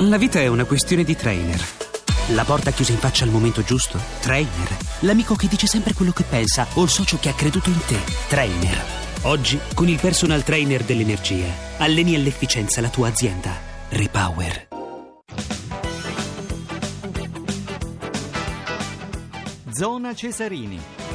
La vita è una questione di trainer. La porta chiusa in faccia al momento giusto? Trainer. L'amico che dice sempre quello che pensa o il socio che ha creduto in te? Trainer. Oggi, con il personal trainer dell'energia, alleni all'efficienza la tua azienda. Repower. Zona Cesarini.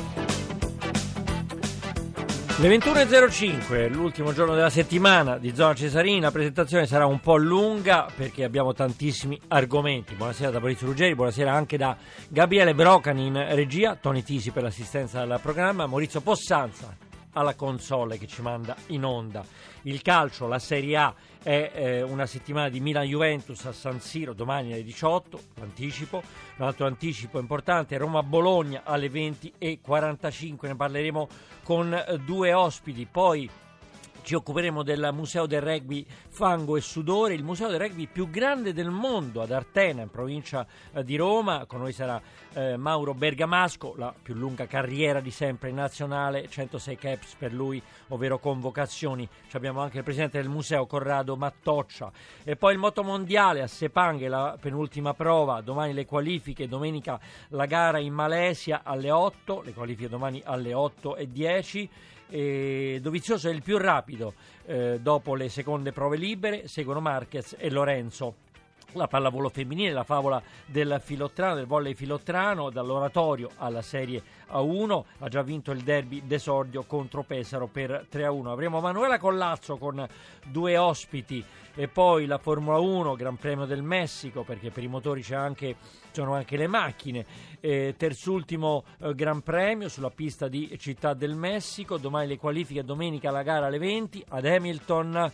Le 21.05, l'ultimo giorno della settimana di Zona Cesarini. La presentazione sarà un po' lunga perché abbiamo tantissimi argomenti. Buonasera da Maurizio Ruggeri, buonasera anche da Gabriele Brocani in regia, Tony Tisi per l'assistenza al programma, Maurizio Possanza alla console che ci manda in onda. Il calcio, la Serie A, è una settimana di Milan-Juventus a San Siro, domani alle 18, l'anticipo. Un altro anticipo importante, Roma-Bologna alle 20:45, ne parleremo con due ospiti. Poi ci occuperemo del Museo del Rugby Fango e Sudore, il museo del rugby più grande del mondo ad Artena, in provincia di Roma. Con noi sarà Mauro Bergamasco, la più lunga carriera di sempre in nazionale, 106 caps per lui, ovvero convocazioni. Ci abbiamo anche il presidente del museo, Corrado Mattoccia. E poi il motomondiale a Sepang, la penultima prova, domani le qualifiche, domenica la gara in Malesia alle 8, le qualifiche domani alle 8:10. Dovizioso è il più rapido dopo le seconde prove libere, seguono Marquez e Lorenzo. La pallavolo femminile, la favola del filottrano, del volley filottrano, dall'oratorio alla Serie A1, ha già vinto il derby d'esordio contro Pesaro per 3-1. Avremo Manuela Collazzo con due ospiti e poi la Formula 1, Gran Premio del Messico, perché per i motori sono anche le macchine. Terzultimo Gran Premio sulla pista di Città del Messico, domani le qualifiche, domenica la gara alle 20. Ad Hamilton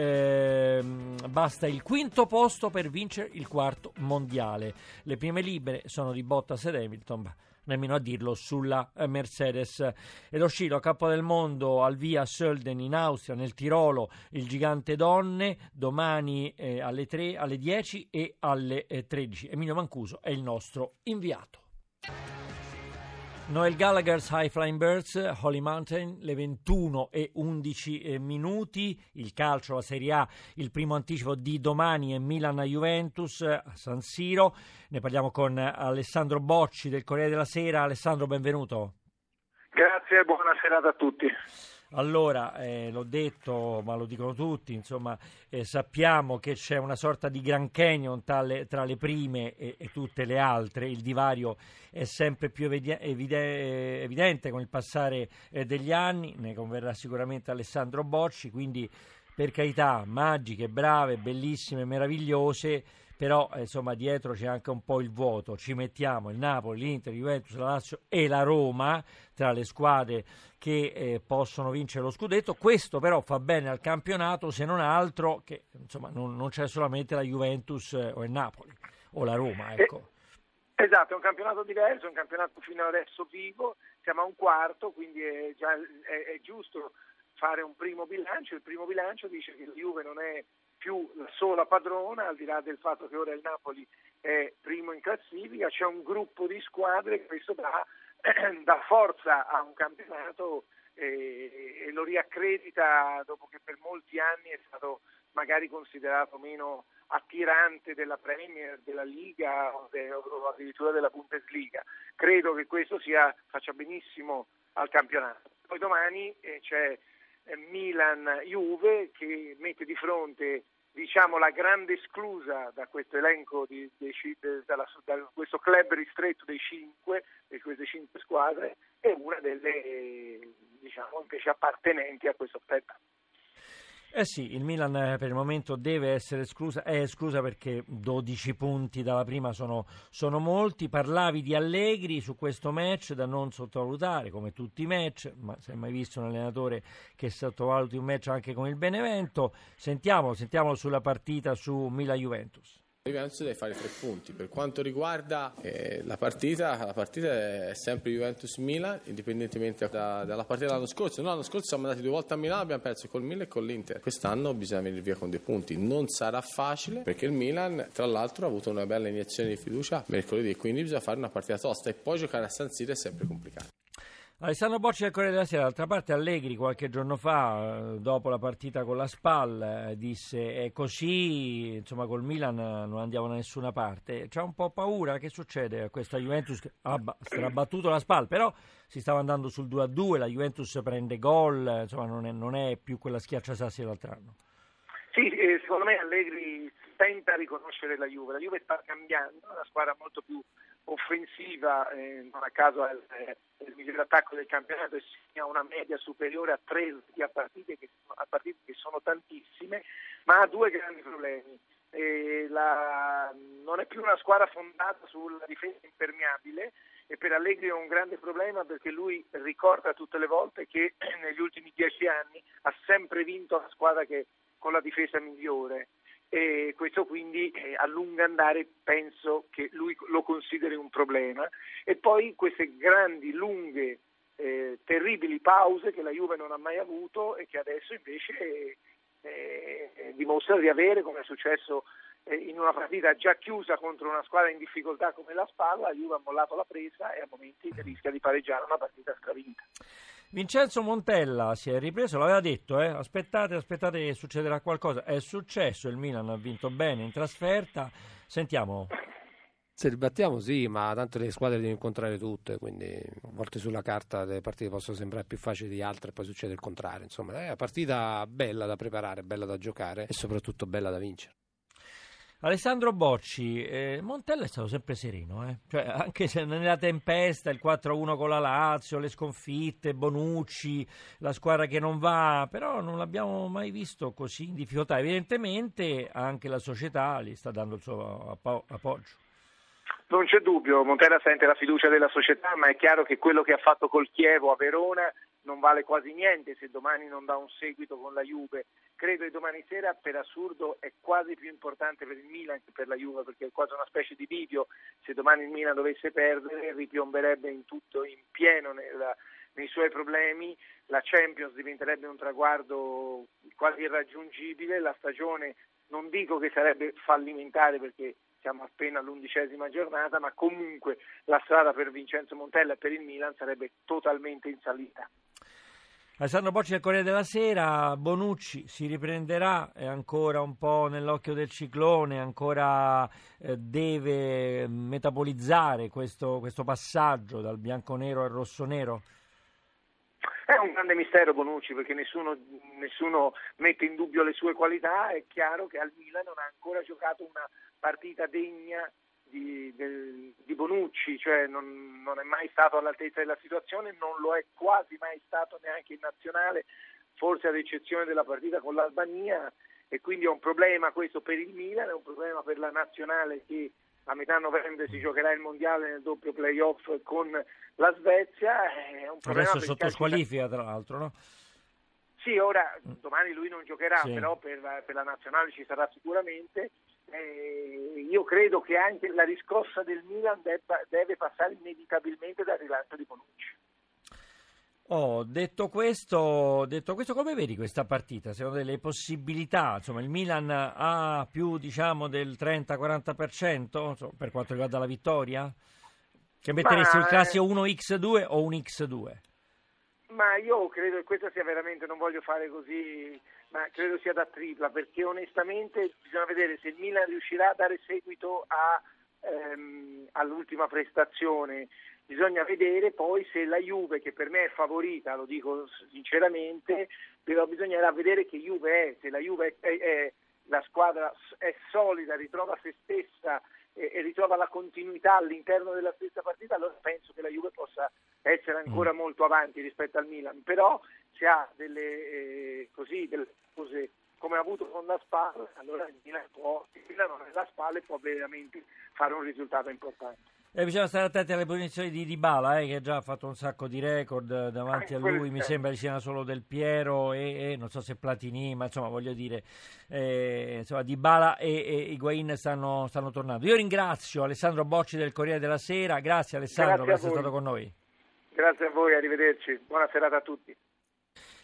basta il quinto posto per vincere il quarto mondiale. Le prime libere sono di Bottas ed Hamilton, nemmeno a dirlo sulla Mercedes. E lo sci, la Coppa del Mondo al via a Sölden in Austria, nel Tirolo, il gigante donne, domani alle 3, alle 10 e alle 13. Emilio Mancuso è il nostro inviato. Noel Gallagher's High Flying Birds, Holy Mountain, le 21:11 minuti. Il calcio, la Serie A, il primo anticipo di domani è Milan-Juventus a San Siro. Ne parliamo con Alessandro Bocci del Corriere della Sera. Alessandro, benvenuto. Grazie, buona serata a tutti. Allora, l'ho detto, ma lo dicono tutti, insomma, sappiamo che c'è una sorta di Grand Canyon tra le prime e tutte le altre. Il divario è sempre più evidente con il passare degli anni, ne converrà sicuramente Alessandro Bocci, quindi per carità, magiche, brave, bellissime, meravigliose, però insomma dietro c'è anche un po' il vuoto. Ci mettiamo il Napoli, l'Inter, il Juventus, la Lazio e la Roma tra le squadre che possono vincere lo scudetto. Questo però fa bene al campionato, se non altro che insomma non c'è solamente la Juventus o il Napoli o la Roma, ecco. Esatto, è un campionato diverso, è un campionato fino adesso vivo, siamo a un quarto, quindi è giusto fare un primo bilancio. Il primo bilancio dice che la Juve non è più la sola padrona, al di là del fatto che ora il Napoli è primo in classifica. C'è un gruppo di squadre che questo dà forza a un campionato e lo riaccredita dopo che per molti anni è stato magari considerato meno attirante della Premier, della Liga o addirittura della Bundesliga. Credo che questo faccia benissimo al campionato. Poi domani c'è Milan-Juve che mette di fronte, diciamo, la grande esclusa da questo elenco da questo club ristretto di queste 5 squadre, e una delle, diciamo, invece appartenenti a questo club. Sì, il Milan per il momento deve essere è esclusa perché 12 punti dalla prima sono molti. Parlavi di Allegri su questo match da non sottovalutare, come tutti i match, ma si è mai visto un allenatore che sottovaluti un match anche con il Benevento? Sentiamolo sulla partita su Milan-Juventus. La Juventus deve fare 3 punti. Per quanto riguarda la partita è sempre Juventus-Milan, indipendentemente dalla partita dell'anno scorso. L'anno scorso siamo andati 2 volte a Milano, abbiamo perso col Milan e con l'Inter. Quest'anno bisogna venire via con 2 punti. Non sarà facile perché il Milan, tra l'altro, ha avuto una bella iniezione di fiducia mercoledì, quindi bisogna fare una partita tosta e poi giocare a San Siro è sempre complicato. Alessandro Bocci del Corriere della Sera. D'altra parte Allegri qualche giorno fa, dopo la partita con la SPAL, disse è così, insomma col Milan non andiamo da nessuna parte. C'ha un po' paura, che succede a questa Juventus che ha battuto la SPAL, però si stava andando sul 2-2, la Juventus prende gol, insomma non è più quella schiacciasassi dell'altro anno. Sì, secondo me Allegri tenta di riconoscere la Juve sta cambiando, è una squadra molto più offensiva, non a caso è il miglior attacco del campionato e segna una media superiore a 3 a partite che sono tantissime, ma ha due grandi problemi. Non è più una squadra fondata sulla difesa impermeabile e per Allegri è un grande problema perché lui ricorda tutte le volte che negli ultimi 10 anni ha sempre vinto la squadra che con la difesa migliore. E questo quindi a lungo andare penso che lui lo consideri un problema, e poi queste grandi, lunghe, terribili pause che la Juve non ha mai avuto e che adesso invece dimostra di avere, come è successo in una partita già chiusa contro una squadra in difficoltà come la SPAL. La Juve ha mollato la presa e a momenti rischia di pareggiare una partita stravinta. Vincenzo Montella si è ripreso, l'aveva detto, aspettate che succederà qualcosa. È successo, il Milan ha vinto bene in trasferta. Sentiamo. Se ribattiamo sì, ma tanto le squadre devono incontrare tutte, quindi a volte sulla carta le partite possono sembrare più facili di altre e poi succede il contrario. Insomma, è una partita bella da preparare, bella da giocare e soprattutto bella da vincere. Alessandro Bocci, Montella è stato sempre sereno, cioè, anche se nella tempesta, il 4-1 con la Lazio, le sconfitte, Bonucci, la squadra che non va, però non l'abbiamo mai visto così in difficoltà. Evidentemente anche la società gli sta dando il suo appoggio. Non c'è dubbio, Montella sente la fiducia della società, ma è chiaro che quello che ha fatto col Chievo a Verona non vale quasi niente se domani non dà un seguito con la Juve. Credo che domani sera, per assurdo, è quasi più importante per il Milan che per la Juve, perché è quasi una specie di bivio. Se domani il Milan dovesse perdere, ripiomberebbe in tutto, in pieno nei suoi problemi. La Champions diventerebbe un traguardo quasi irraggiungibile. La stagione, non dico che sarebbe fallimentare perché siamo appena all'11ª giornata, ma comunque la strada per Vincenzo Montella e per il Milan sarebbe totalmente in salita. Alessandro Bocci del Corriere della Sera. Bonucci si riprenderà, è ancora un po' nell'occhio del ciclone, ancora deve metabolizzare questo passaggio dal bianconero al rossonero? È un grande mistero Bonucci, perché nessuno mette in dubbio le sue qualità. È chiaro che al Milan non ha ancora giocato una partita degna di Bonucci, cioè non è mai stato all'altezza della situazione, non lo è quasi mai stato neanche in nazionale, forse ad eccezione della partita con l'Albania, e quindi è un problema questo per il Milan, è un problema per la nazionale che a metà novembre si giocherà il mondiale nel doppio playoff con la Svezia. È un problema. Adesso sotto squalifica tra l'altro, no? Sì, ora domani lui non giocherà, sì. Però per la nazionale ci sarà sicuramente. Io credo che anche la riscossa del Milan deve passare inevitabilmente dal rilancio di Bonucci. Detto questo, come vedi questa partita? Secondo te le possibilità, insomma, il Milan ha più, diciamo, del 30-40%, insomma, per quanto riguarda la vittoria? Che metteresti il classico 1x2 o un x2? Ma io credo che questa sia veramente, non voglio fare così, ma credo sia da tripla, perché onestamente bisogna vedere se il Milan riuscirà a dare seguito all'ultima prestazione. Bisogna vedere poi se la Juve, che per me è favorita, lo dico sinceramente, però bisognerà vedere che Juve è, se la Juve è la squadra è solida, ritrova se stessa e ritrova la continuità all'interno della stessa partita, allora penso che la Juve possa essere ancora molto avanti rispetto al Milan. Però se ha delle cose come ha avuto con la SPAL, allora il Milan non è la SPAL e può veramente fare un risultato importante. Bisogna stare attenti alle posizioni di Dybala, che già ha fatto un sacco di record davanti a lui, mi sembra ci siano solo Del Piero e non so se Platini, ma insomma voglio dire, insomma Dybala e Higuain stanno tornando. Io ringrazio Alessandro Bocci del Corriere della Sera, grazie Alessandro per essere stato con noi. Grazie a voi, arrivederci, buona serata a tutti.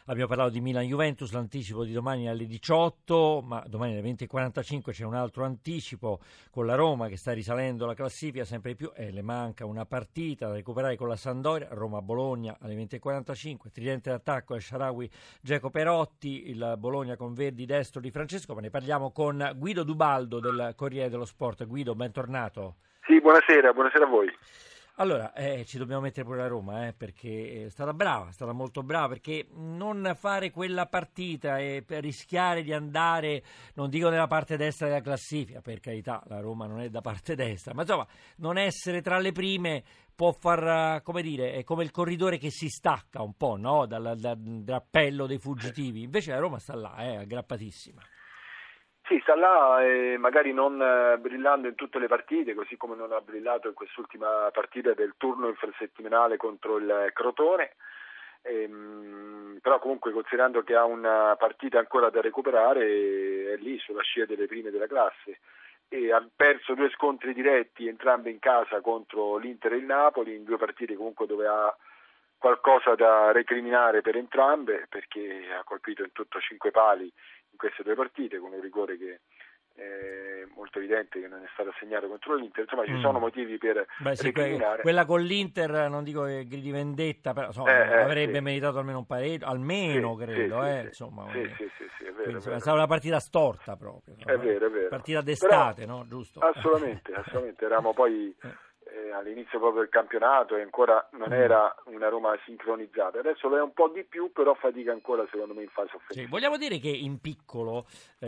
Abbiamo parlato di Milan-Juventus, l'anticipo di domani alle 18, ma domani alle 20:45 c'è un altro anticipo con la Roma che sta risalendo la classifica sempre di più e le manca una partita da recuperare con la Sampdoria, Roma-Bologna alle 20:45, tridente d'attacco El Shaarawy, Dzeko Perotti, il Bologna con Verdi, destro di Francesco, ma ne parliamo con Guido Dubaldo del Corriere dello Sport. Guido, bentornato. Sì, buonasera a voi. Allora, ci dobbiamo mettere pure la Roma, perché è stata molto brava, perché non fare quella partita e per rischiare di andare, non dico nella parte destra della classifica, per carità, la Roma non è da parte destra, ma insomma, non essere tra le prime può far, come dire, è come il corridore che si stacca un po', no? Dall'appello dei fuggitivi, invece la Roma sta là, aggrappatissima. Sì, sta là magari non brillando in tutte le partite, così come non ha brillato in quest'ultima partita del turno infrasettimanale contro il Crotone, però comunque considerando che ha una partita ancora da recuperare è lì sulla scia delle prime della classe e ha perso 2 scontri diretti entrambi in casa contro l'Inter e il Napoli, in 2 partite comunque dove ha qualcosa da recriminare per entrambe, perché ha colpito in tutto 5 pali in queste 2 partite, con un rigore che è molto evidente che non è stato assegnato contro l'Inter. Insomma, ci sono motivi per recriminare. Quella con l'Inter, non dico che di vendetta, però insomma, avrebbe meritato almeno un pareggio, almeno credo. Insomma, sì, è vero, è stata una partita storta proprio. È vero. Partita d'estate, però, no? Giusto? Assolutamente. Eravamo poi all'inizio proprio del campionato e ancora non era una Roma sincronizzata, adesso lo è un po' di più, però fatica ancora secondo me in fase offensiva. Sì, vogliamo dire che in piccolo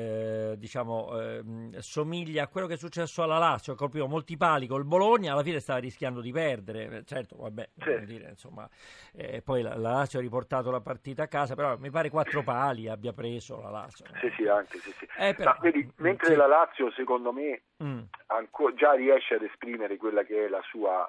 somiglia a quello che è successo alla Lazio, ha colpito molti pali col Bologna, alla fine stava rischiando di perdere, certo, vabbè, dire, insomma, poi la Lazio ha riportato la partita a casa, però mi pare 4 pali abbia preso la Lazio. Sì, anche sì. Però, ma vedi, mentre la Lazio secondo me già riesce ad esprimere quella che è la sua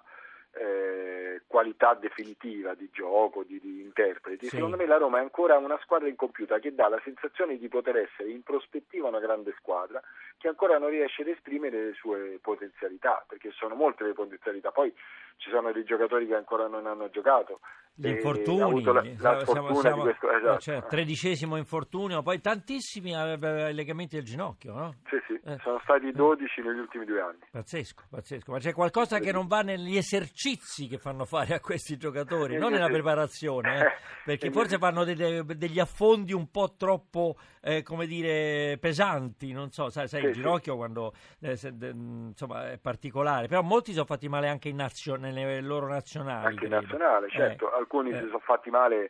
qualità definitiva di gioco, di interpreti, secondo me la Roma è ancora una squadra incompiuta che dà la sensazione di poter essere in prospettiva una grande squadra che ancora non riesce ad esprimere le sue potenzialità, perché sono molte le potenzialità, poi ci sono dei giocatori che ancora non hanno giocato, gli infortuni, ha avuto la sfortuna di questo, esatto. Cioè, 13° infortunio, poi tantissimi legamenti del ginocchio, no? Sì, sono stati 12 negli ultimi 2 anni. Pazzesco, ma c'è qualcosa che non va negli esercizi che fanno fare a questi giocatori, non nella preparazione, perché forse fanno degli affondi un po' troppo, come dire, pesanti, non so, sai il ginocchio quando insomma è particolare, però molti si sono fatti male anche nelle loro nazionali. Anche in nazionale, certo, alcuni si sono fatti male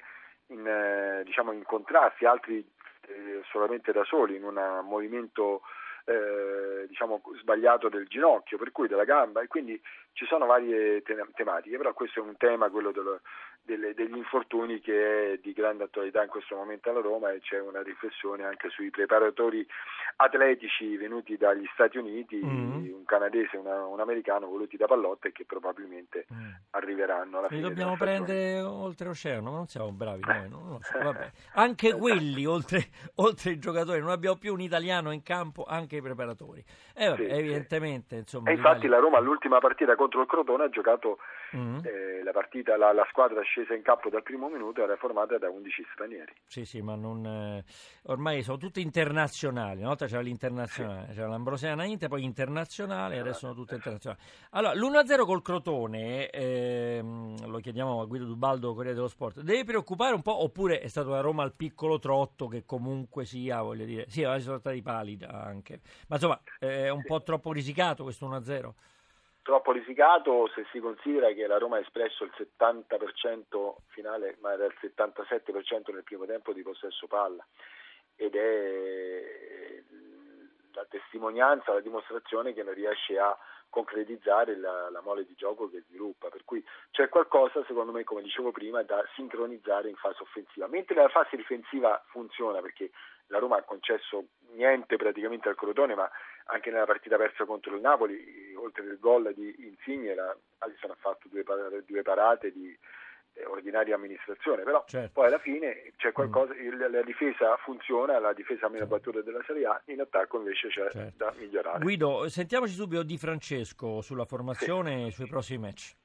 in contrasti, altri solamente da soli, in un movimento sbagliato del ginocchio, per cui della gamba, e quindi ci sono varie tematiche, però questo è un tema, quello degli infortuni, che è di grande attualità in questo momento alla Roma, e c'è una riflessione anche sui preparatori atletici venuti dagli Stati Uniti, un canadese e un americano, voluti da Pallotta, e che probabilmente arriveranno alla fine. Li dobbiamo prendere oltreoceano, ma non siamo bravi noi, non lo so, vabbè. Anche quelli, oltre i giocatori, non abbiamo più un italiano in campo, anche i preparatori. Evidentemente, insomma. E infatti la Roma all'ultima partita contro il Crotone ha giocato la partita, la squadra scesa in campo dal primo minuto era formata da 11 stranieri. Sì, ma non ormai sono tutti internazionali. Una volta c'era l'internazionale, c'era l'Ambrosiana Inter, poi internazionale, adesso sono tutte internazionali. Allora, l'1-0 col Crotone, lo chiediamo a Guido Dubaldo, Corriere dello Sport, deve preoccupare un po', oppure è stato la Roma al piccolo trotto, che comunque sia, voglio dire, sì, ci sono stati pali anche, ma insomma è un po' troppo risicato questo 1-0? Troppo risicato se si considera che la Roma ha espresso il 70% finale, ma era il 77% nel primo tempo di possesso palla, ed è la testimonianza, la dimostrazione che non riesce a concretizzare la mole di gioco che sviluppa, per cui c'è qualcosa, secondo me, come dicevo prima, da sincronizzare in fase offensiva, mentre nella fase difensiva funziona, perché la Roma ha concesso niente praticamente al Crotone, ma anche nella partita persa contro il Napoli, oltre il gol di Insigne, Alisson ha fatto due parate di ordinaria amministrazione, però poi alla fine c'è qualcosa, la difesa funziona, la difesa meno battuta della Serie A, in attacco invece c'è da migliorare. Guido, sentiamoci subito Di Francesco sulla formazione e sui prossimi match.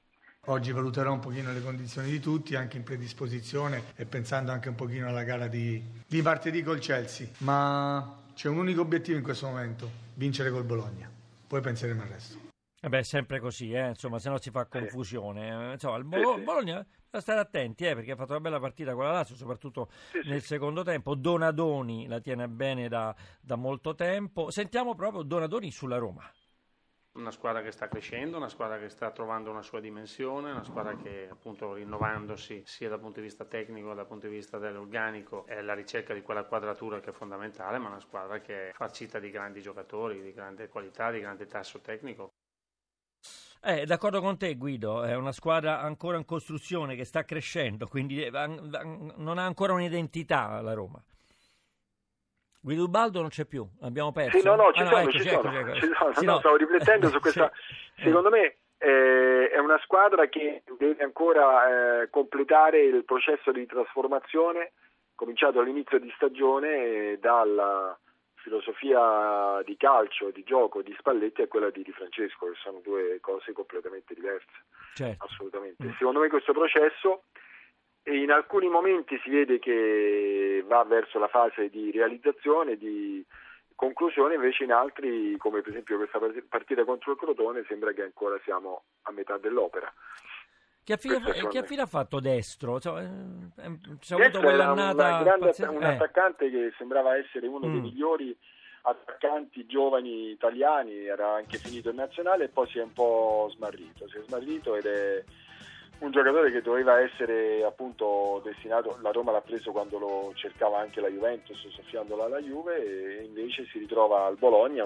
Oggi valuterò un pochino le condizioni di tutti, anche in predisposizione e pensando anche un pochino alla gara di martedì col Chelsea. Ma c'è un unico obiettivo in questo momento, vincere col Bologna. Poi penseremo al resto. Beh, sempre così, insomma, se no si fa confusione. Insomma, il Bologna da stare attenti, perché ha fatto una bella partita con la Lazio, soprattutto nel secondo tempo. Donadoni la tiene bene da molto tempo. Sentiamo proprio Donadoni sulla Roma. Una squadra che sta crescendo, una squadra che sta trovando una sua dimensione, una squadra che appunto rinnovandosi sia dal punto di vista tecnico che dal punto di vista dell'organico è la ricerca di quella quadratura che è fondamentale, ma una squadra che è farcita di grandi giocatori, di grande qualità, di grande tasso tecnico. D'accordo con te Guido, è una squadra ancora in costruzione che sta crescendo, quindi non ha ancora un'identità la Roma. Guido Ubaldo non c'è più, l'abbiamo perso? Sì, ci sono. Stavo riflettendo su questa. Secondo me è una squadra che deve ancora completare il processo di trasformazione cominciato all'inizio di stagione dalla filosofia di calcio, di gioco di Spalletti a quella di Di Francesco, che sono due cose completamente diverse. Certo. Assolutamente. Secondo me questo processo in alcuni momenti si vede che va verso la fase di realizzazione, di conclusione, invece in altri, come per esempio questa partita contro il Crotone, sembra che ancora siamo a metà dell'opera. Che affine ha fatto Destro? C'è avuto quell'annata un attaccante che sembrava essere uno dei migliori attaccanti giovani italiani, era anche finito in nazionale e poi si è un po' smarrito ed è un giocatore che doveva essere appunto destinato, la Roma l'ha preso quando lo cercava anche la Juventus soffiandolo alla Juve, e invece si ritrova al Bologna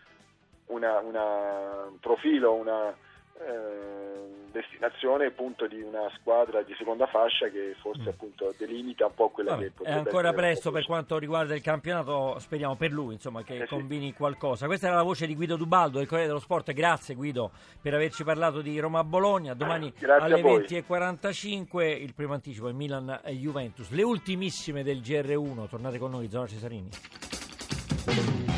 un profilo, una destinazione appunto di una squadra di seconda fascia che forse appunto delimita un po' quella che potrebbe è ancora essere presto per quanto riguarda il campionato, speriamo per lui insomma che combini qualcosa. Questa era la voce di Guido Dubaldo del Corriere dello Sport. Grazie Guido per averci parlato di Roma-Bologna. Domani alle 20:45 il primo anticipo è Milan e Juventus, le ultimissime del GR1. Tornate con noi, Zona Cesarini.